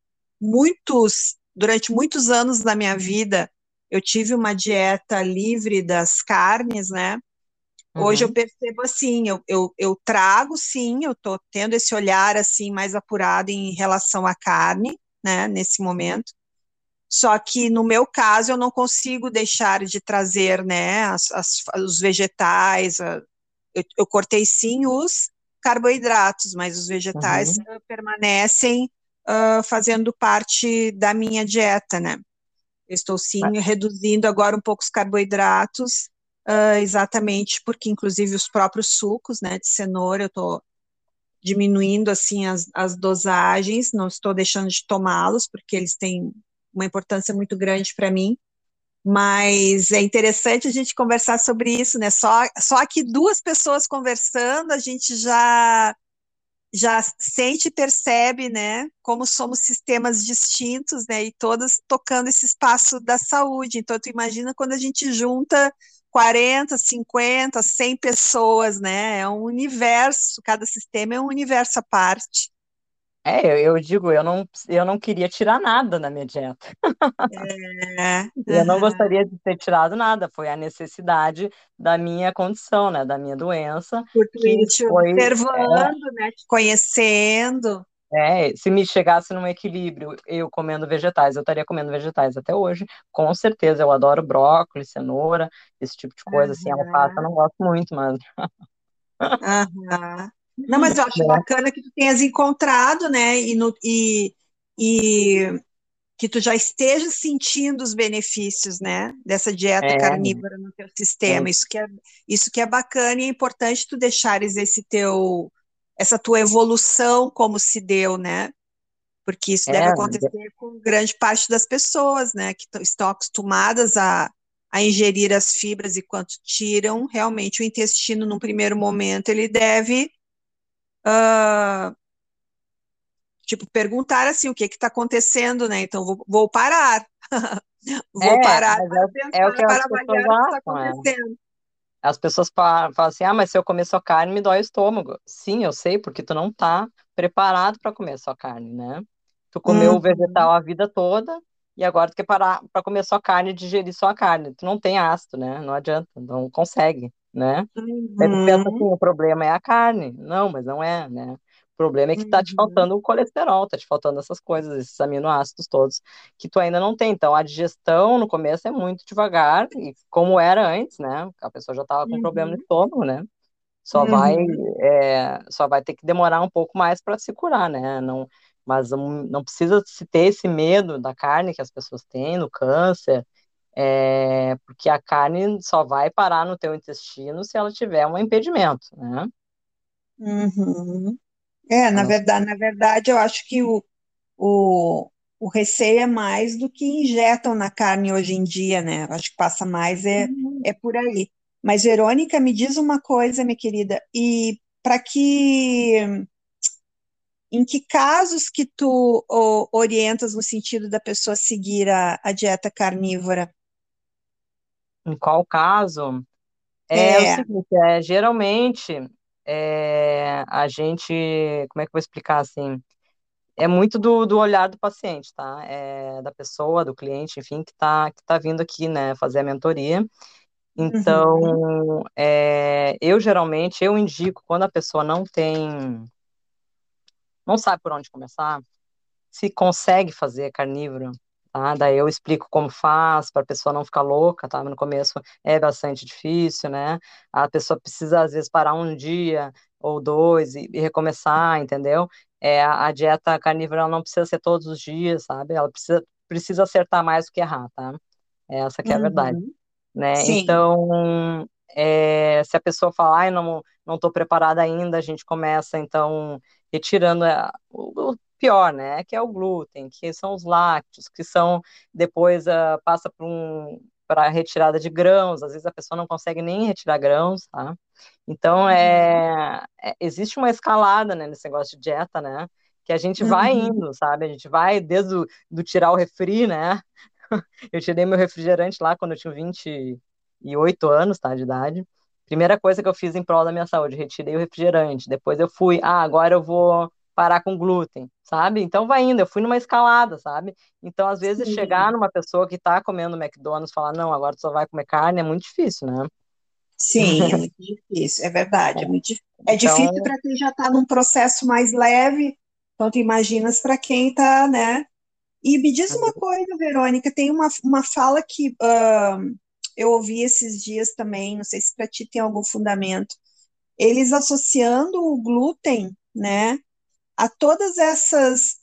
durante muitos anos da minha vida, eu tive uma dieta livre das carnes, né? Hoje eu
uhum,
percebo assim, eu trago sim, eu estou tendo esse olhar assim mais apurado em relação à carne, né, nesse momento. Só que no meu caso eu não consigo deixar de trazer, né, os vegetais. Eu cortei sim os carboidratos, mas os vegetais
uhum.
permanecem fazendo parte da minha dieta, né? Eu estou sim reduzindo agora um pouco os carboidratos, exatamente porque, inclusive, os próprios sucos, né, de cenoura, eu estou diminuindo assim as dosagens, não estou deixando de tomá-los, porque eles têm uma importância muito grande para mim. Mas é interessante a gente conversar sobre isso, né? Só aqui duas pessoas conversando, a gente já sente e percebe, né, como somos sistemas distintos, né, e todas tocando esse espaço da saúde. Então, tu imagina quando a gente junta 40, 50, 100 pessoas, né? É um universo, cada sistema é um universo à parte.
Eu digo, eu não queria tirar nada na minha dieta.
É,
Eu não
aham.
gostaria de ter tirado nada, foi a necessidade da minha condição, né, da minha doença,
Por tu
que
ir te
foi,
observando, né, te conhecendo.
se me chegasse num equilíbrio, eu comendo vegetais, eu estaria comendo vegetais até hoje, com certeza, eu adoro brócolis, cenoura, esse tipo de coisa, assim, alface eu
Aham.
não gosto muito, mas,
Aham. Não, mas eu acho
né,
bacana que tu tenhas encontrado, né? E que tu já esteja sentindo os benefícios, né? Dessa dieta
é,
carnívora no teu
é,
sistema. Isso que é bacana e é importante tu deixares essa tua evolução como se deu, né? Porque isso deve
é,
acontecer com grande parte das pessoas, né? Que estão acostumadas a ingerir as fibras e quando tiram, realmente o intestino, num primeiro momento, ele deve tipo, perguntar assim, o que está acontecendo, né? Então, vou parar. Vou parar
mas
para
é o que
pensar,
as
para
pessoas
avaliar o que está
acham,
acontecendo.
As pessoas falam assim: ah, mas se eu comer só carne, me dói o estômago. Sim, eu sei, porque tu não tá preparado para comer só carne, né? Tu comeu o
Uhum,
vegetal a vida toda e agora tu quer parar para comer só carne e digerir só a carne. Tu não tem ácido, né? Não adianta, não consegue, né? Aí tu pensa assim,
uhum,
o problema é a carne. Não, mas não é, né? O problema é que tá te
uhum,
faltando o colesterol, tá te faltando essas coisas, esses aminoácidos todos que tu ainda não tem. Então, a digestão no começo é muito devagar, e como era antes, né? A pessoa já estava com problema no
uhum,
estômago, né? Só vai,
uhum,
só vai ter que demorar um pouco mais para se curar, né? Não, mas não precisa se ter esse medo da carne que as pessoas têm, no câncer, porque a carne só vai parar no teu intestino se ela tiver um impedimento, né?
uhum.
Eu não sei.
Na verdade, eu acho que o, o receio é mais do que injetam na carne hoje em dia, né? Eu acho que passa mais é por aí. Mas, Verônica, me diz uma coisa, minha querida, e para que em que casos que tu orientas no sentido da pessoa seguir a dieta carnívora?
Em qual caso? É o
É.
seguinte, geralmente a gente, como é que eu vou explicar assim? É muito do olhar do paciente, tá? Da pessoa, do cliente, enfim, que tá vindo aqui, né, fazer a mentoria.
Uhum,
Então, eu geralmente, eu indico quando a pessoa não sabe por onde começar, se consegue fazer carnívoro, tá? Daí eu explico como faz, para a pessoa não ficar louca, tá? No começo é bastante difícil, né? A pessoa precisa, às vezes, parar um dia ou dois e recomeçar, entendeu? A dieta carnívora ela não precisa ser todos os dias, sabe? Ela precisa acertar mais do que errar, tá? Essa que é a verdade,
uhum.
né?
Sim.
Então, se a pessoa falar, ai, não estou preparada ainda, a gente começa, então, retirando o pior, né? Que é o glúten, que são os lácteos, que são, depois, passa para retirada de grãos, às vezes a pessoa não consegue nem retirar grãos, tá? Então,
Uhum,
existe uma escalada, né, nesse negócio de dieta, né? Que a gente vai
uhum,
indo, sabe? A gente vai desde do tirar o refri, né? Eu tirei meu refrigerante lá quando eu tinha 28 anos, tá, de idade. Primeira coisa que eu fiz em prol da minha saúde, retirei o refrigerante. Depois eu fui, agora eu vou parar com glúten, sabe? Então vai indo, eu fui numa escalada, sabe? Então, às vezes, chegar
sim.
numa pessoa que tá comendo McDonald's e falar, não, agora tu só vai comer carne, é muito difícil, né?
Sim, é muito difícil, é verdade, é difícil
Então,
para quem já está num processo mais leve, então tu imaginas para quem está, né? E me diz uma coisa, Verônica, tem uma fala que eu ouvi esses dias também, não sei se para ti tem algum fundamento, eles associando o glúten, né, a todas essas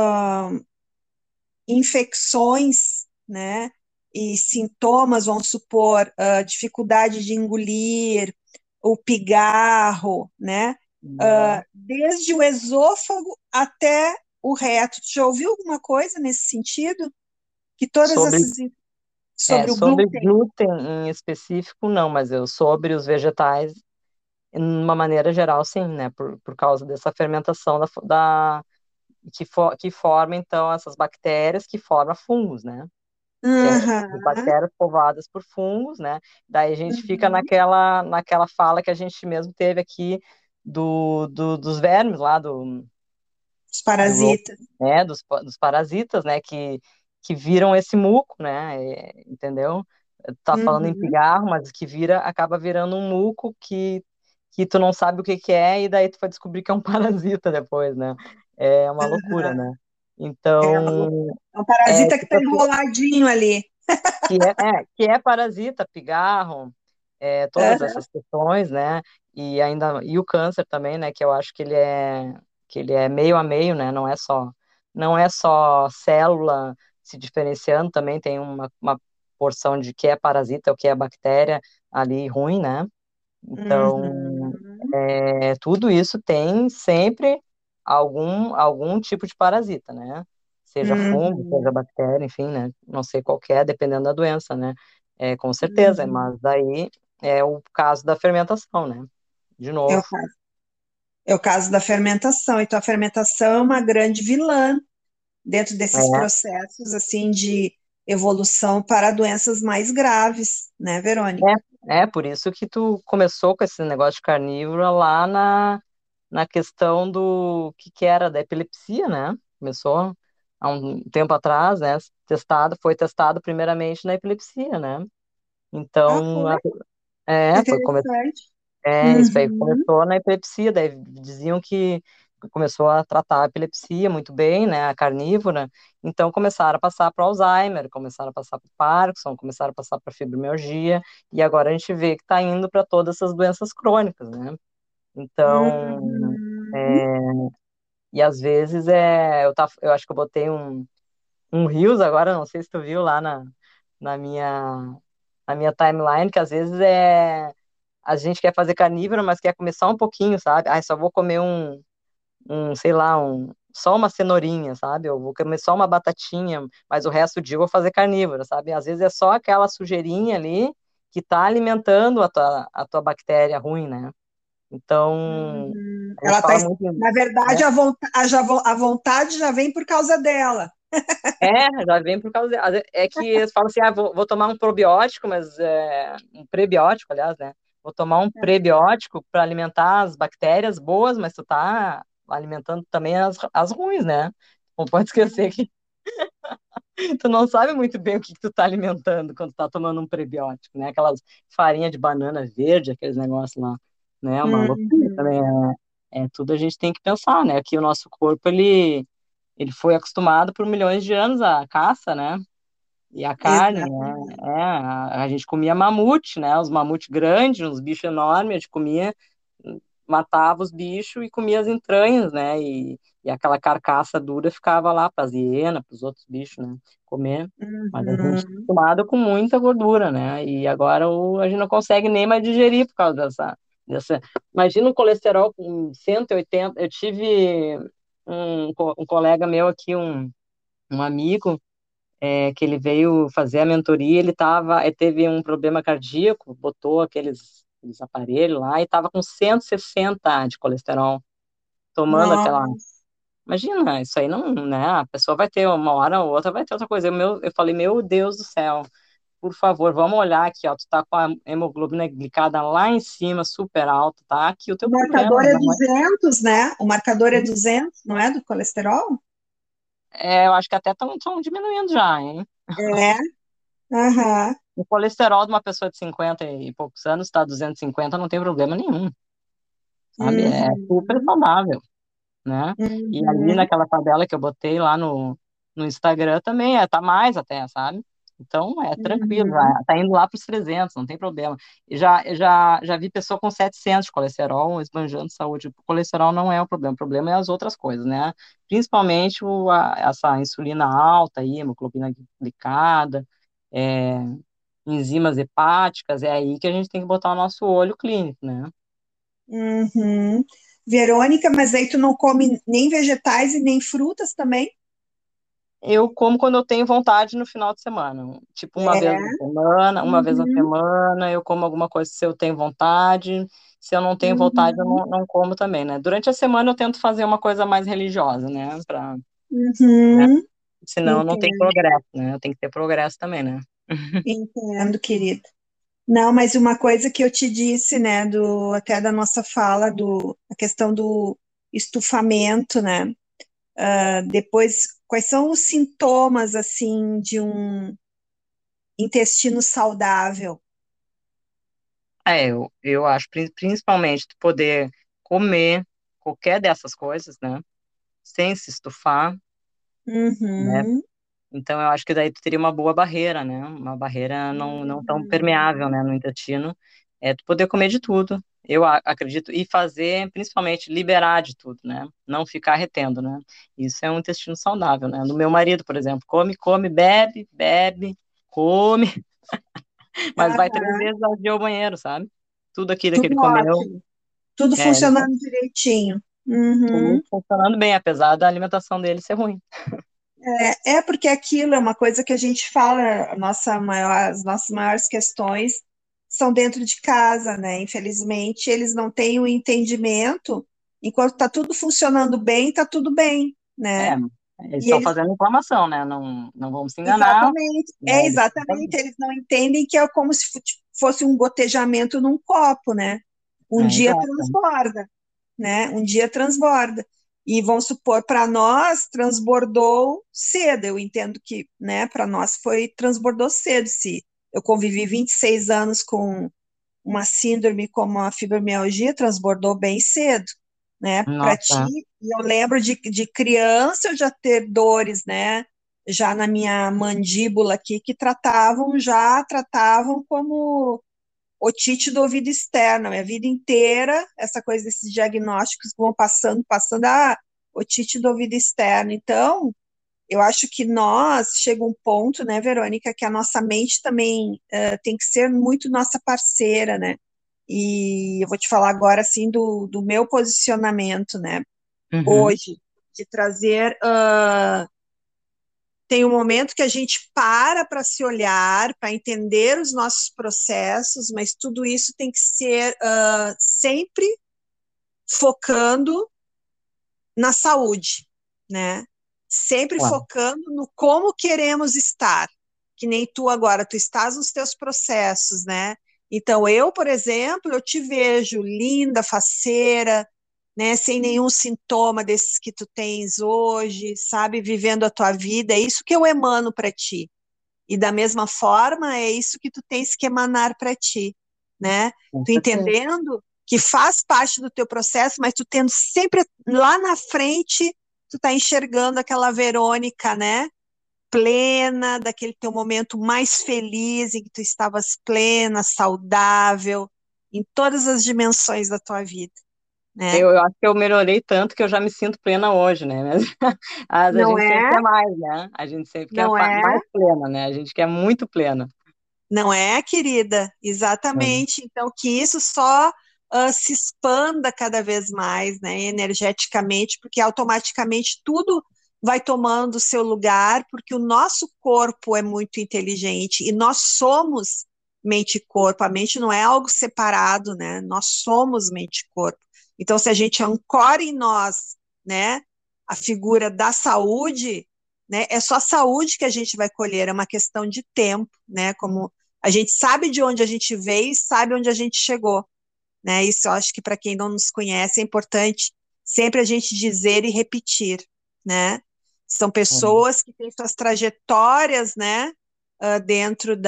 infecções, né, e sintomas, vamos supor, dificuldade de engolir, o pigarro, né, desde o esôfago até o reto. Tu já ouviu alguma coisa nesse sentido? Que todas
sobre,
essas sobre o
sobre
glúten?
glúten em específico, não, mas eu sobre os vegetais de uma maneira geral, sim, né? Por causa dessa fermentação que forma, então, essas bactérias que formam fungos, né? Que é as
Aham,
bactérias povoadas por fungos, né? Daí a gente fica
uhum.
naquela fala que a gente mesmo teve aqui dos vermes lá,
Os
do,
parasitas.
dos parasitas, né? Que viram esse muco, né? Entendeu? Tá falando em
Uhum.
pigarro, mas que acaba virando um muco que tu não sabe o que que é, e daí tu vai descobrir que é um parasita depois, né? É uma loucura, né?
Aham. É uma
Então,
loucura. É um parasita que
tipo
está
assim,
enroladinho ali.
que é parasita, pigarro, todas
Aham.
essas questões, né? E o câncer também, né? Que eu acho que ele é meio a meio, né? Não é só célula se diferenciando, também tem uma porção de que é parasita, o que é bactéria ali ruim, né? Então,
Uhum.
tudo isso tem sempre algum tipo de parasita, né? Seja fungo, seja
Uhum.
bactéria, enfim, né? Não sei qual que é, dependendo da doença, né? Com certeza,
Uhum.
mas daí é o caso da fermentação, né? De
É o
novo.
caso. É o caso da fermentação. Então, a fermentação é uma grande vilã dentro desses
É,
processos assim de evolução para doenças mais graves, né, Verônica?
por isso que tu começou com esse negócio de carnívora lá na questão do que era da epilepsia, né? Começou há um tempo atrás, né? Foi testado primeiramente na epilepsia, né?
Ah,
Então,
foi? Interessante.
isso aí
Uhum.
começou na epilepsia, daí diziam que começou a tratar a epilepsia muito bem, né, a carnívora, então começaram a passar para Alzheimer, começaram a passar para Parkinson, começaram a passar para fibromialgia, e agora a gente vê que está indo para todas essas doenças crônicas, né? Então,
Uhum.
é, e às vezes eu acho que eu botei um Reels agora, não sei se tu viu lá na minha, na minha timeline, que às vezes a gente quer fazer carnívoro, mas quer comer só um pouquinho, sabe? Ai, só vou comer sei lá, só uma cenourinha, sabe? Eu vou comer só uma batatinha, mas o resto do dia eu vou fazer carnívoro, sabe? Às vezes é só aquela sujeirinha ali que tá alimentando a tua bactéria ruim, né? Então,
Uhum.
a gente fala muito,
Na verdade,
né?
a vontade já vem por causa dela.
Já vem por causa. É que eles falam assim: vou tomar um probiótico, mas um prebiótico, aliás, né? Vou tomar um prebiótico para alimentar as bactérias boas, mas tu tá alimentando também as ruins, né? Não pode esquecer que tu não sabe muito bem o que tu tá alimentando quando tu tá tomando um prebiótico, né? Aquelas farinha de banana verde, aqueles negócios lá, né? Uma loucura também.
Uhum.
Tudo a gente tem que pensar, né? Que o nosso corpo, ele foi acostumado por milhões de anos à caça, né? E a carne, né?
Exatamente.
A gente comia mamute, né? Os mamutes grandes, uns bichos enormes, a gente comia, matava os bichos e comia as entranhas, né? E aquela carcaça dura ficava lá para as hienas, para os outros bichos, né? Comer. Mas a gente é
Uhum.
acostumado com muita gordura, né? E agora a gente não consegue nem mais digerir por causa dessa. Imagina um colesterol com 180. Eu tive um colega meu aqui, um amigo, que ele veio fazer a mentoria, ele teve um problema cardíaco, botou aqueles aparelhos lá e estava com 160 de colesterol, tomando aquela.
Nossa,
Imagina, isso aí não, né? A pessoa vai ter uma hora ou outra, vai ter outra coisa. Eu falei, meu Deus do céu, por favor, vamos olhar aqui, ó, tu tá com a hemoglobina glicada lá em cima, super alta, tá? Aqui o
o
teu problema,
marcador é
não é?
200, né? O marcador é 200, não é, do colesterol?
Eu acho que até estão diminuindo já, hein?
É, aham.
O colesterol de uma pessoa de 50 e poucos anos está 250, não tem problema nenhum, sabe? É super
Uhum.
saudável, né? E ali
Uhum.
naquela tabela que eu botei lá no Instagram também, tá mais até, sabe? Então, é tranquilo,
Uhum.
tá indo lá para os 300, não tem problema. Já vi pessoa com 700 de colesterol, esbanjando saúde. O colesterol não é o problema é as outras coisas, né? Principalmente essa insulina alta aí, hemoglobina glicada, é, enzimas hepáticas, é aí que a gente tem que botar o nosso olho clínico, né?
Uhum. Verônica, mas aí tu não come nem vegetais e nem frutas também?
Eu como quando eu tenho vontade no final de semana, tipo
É.
uma vez na
Uhum.
semana, eu como alguma coisa se eu tenho vontade, se eu não tenho vontade, eu
Uhum.
não como também, né? Durante a semana eu tento fazer uma coisa mais religiosa, né? Né?
Uhum.
Senão não tem
Entendo,
progresso, né? Eu tenho que ter progresso também, né?
entendo, querida. Não, mas uma coisa que eu te disse, né, até da nossa fala, a questão do estufamento, né? Depois, quais são os sintomas, assim, de um intestino saudável?
Eu acho principalmente tu poder comer qualquer dessas coisas, né? Sem se estufar, né?
Uhum,
Então, eu acho que daí tu teria uma boa barreira, né? Uma barreira não tão permeável,
uhum,
né, no intestino. É tu poder comer de tudo, eu acredito, e fazer, principalmente, liberar de tudo, né? Não ficar retendo, né? Isso é um intestino saudável, né? No meu marido, por exemplo, come, come, bebe, bebe, come, mas vai 3 vezes ao dia ao banheiro, sabe? Tudo aquilo que ele
tudo
comeu,
ótimo, tudo
ele tá
funcionando direitinho.
tudo
Uhum.
funcionando bem, apesar da alimentação dele ser ruim.
É porque aquilo é uma coisa que a gente fala, as nossas maiores questões são dentro de casa, né? Infelizmente, eles não têm o entendimento, enquanto está tudo funcionando bem, está tudo bem,
É,
né?
eles
E
estão
eles,
fazendo inflamação, né? Não vamos se enganar,
exatamente,
né? Eles estão
exatamente,
fazendo.
eles não entendem que é como se fosse um gotejamento num copo, né? Um dia
Exato.
transborda, né? Um dia transborda. E vamos supor, para nós transbordou cedo. Eu entendo que, né, para nós transbordou cedo. Se eu convivi 26 anos com uma síndrome como a fibromialgia, transbordou bem cedo, né? Para
Nossa,
ti, e eu lembro de criança eu já ter dores, né? Já na minha mandíbula aqui, que tratavam como otite do ouvido externo, a minha vida inteira, essa coisa desses diagnósticos que vão passando, otite do ouvido externo. Então, eu acho que chega um ponto, né, Verônica, que a nossa mente também tem que ser muito nossa parceira, né? E eu vou te falar agora, assim, do meu posicionamento, né,
uhum.
hoje, de trazer tem um momento que a gente para se olhar, para entender os nossos processos, mas tudo isso tem que ser sempre focando na saúde, né? Sempre
Claro.
focando no como queremos estar, que nem tu agora, tu estás nos teus processos, né? Então, eu, por exemplo, eu te vejo linda, faceira, né, sem nenhum sintoma desses que tu tens hoje, sabe, vivendo a tua vida, é isso que eu emano para ti. E da mesma forma, é isso que tu tens que emanar para ti, né?
Com
Tu
certeza.
entendendo que faz parte do teu processo, mas tu tendo sempre lá na frente, tu tá enxergando aquela Verônica, né? Plena, daquele teu momento mais feliz, em que tu estavas plena, saudável, em todas as dimensões da tua vida, né?
Eu acho que eu melhorei tanto que eu já me sinto plena hoje, né? Mas a
Não
gente sempre
é?
quer mais, né? A gente sempre quer
Não é?
mais plena, né? A gente quer muito plena.
Não é, querida?
Hum.
Exatamente. Então, que isso só se expanda cada vez mais, né, energeticamente, porque automaticamente tudo vai tomando o seu lugar, porque o nosso corpo é muito inteligente e nós somos mente e corpo. A mente não é algo separado, né? Nós somos mente e corpo. Então, se a gente ancora em nós, né, a figura da saúde, né, é só saúde que a gente vai colher, é uma questão de tempo, né? Como a gente sabe de onde a gente veio e sabe onde a gente chegou, né? Isso eu acho que para quem não nos conhece é importante sempre a gente dizer e repetir, né? São
Hum.
pessoas que têm suas trajetórias, né? Dentro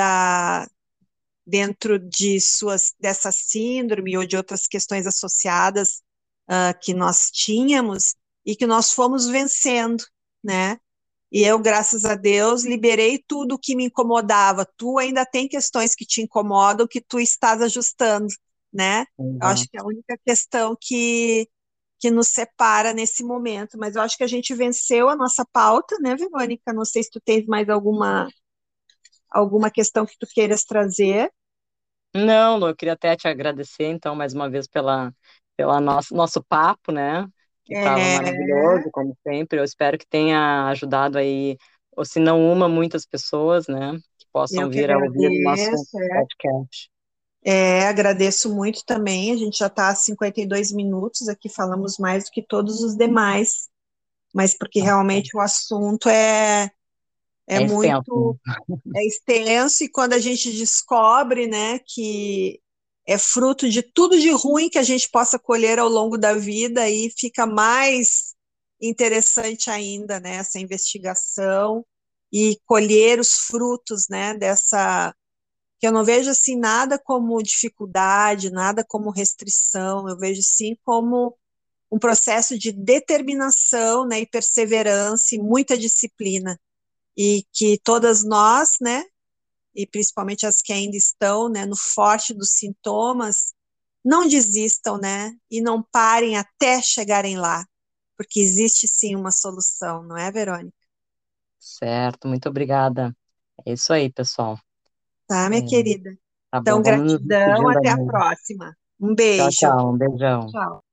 dentro de suas dessa síndrome ou de outras questões associadas que nós tínhamos e que nós fomos vencendo, né? E eu, graças a Deus, liberei tudo o que me incomodava. Tu ainda tem questões que te incomodam, que tu estás ajustando, né? Eu acho que é
Exato.
a única questão que nos separa nesse momento. Mas eu acho que a gente venceu a nossa pauta, né, Verônica? Não sei se tu tens mais alguma questão que tu queiras trazer.
Não, Lu, eu queria até te agradecer, então, mais uma vez pela nosso papo, né? Que estava
É,
maravilhoso, como sempre. Eu espero que tenha ajudado aí, ou se não uma, muitas pessoas, né? Que
eu
possam
que
vir a ouvir o nosso
agradeço.
podcast.
Agradeço muito também. A gente já está há 52 minutos aqui, falamos mais do que todos os demais, mas porque realmente o assunto é
É extenso,
muito
né?
extenso e quando a gente descobre, né, que é fruto de tudo de ruim que a gente possa colher ao longo da vida, aí fica mais interessante ainda, né, essa investigação e colher os frutos, né, dessa que eu não vejo assim nada como dificuldade, nada como restrição, eu vejo sim como um processo de determinação, né, e perseverança e muita disciplina e que todas nós, né, e principalmente as que ainda estão, né, no forte dos sintomas, não desistam, né, e não parem até chegarem lá, porque existe sim uma solução, não é, Verônica?
Certo, muito obrigada. É isso aí, pessoal.
Tá,
É,
minha querida?
tá bom,
Então,
vamos nos
gratidão,
despedindo
até a
aí.
próxima. Um
Tchau,
beijo.
tchau, um beijão.
Tchau.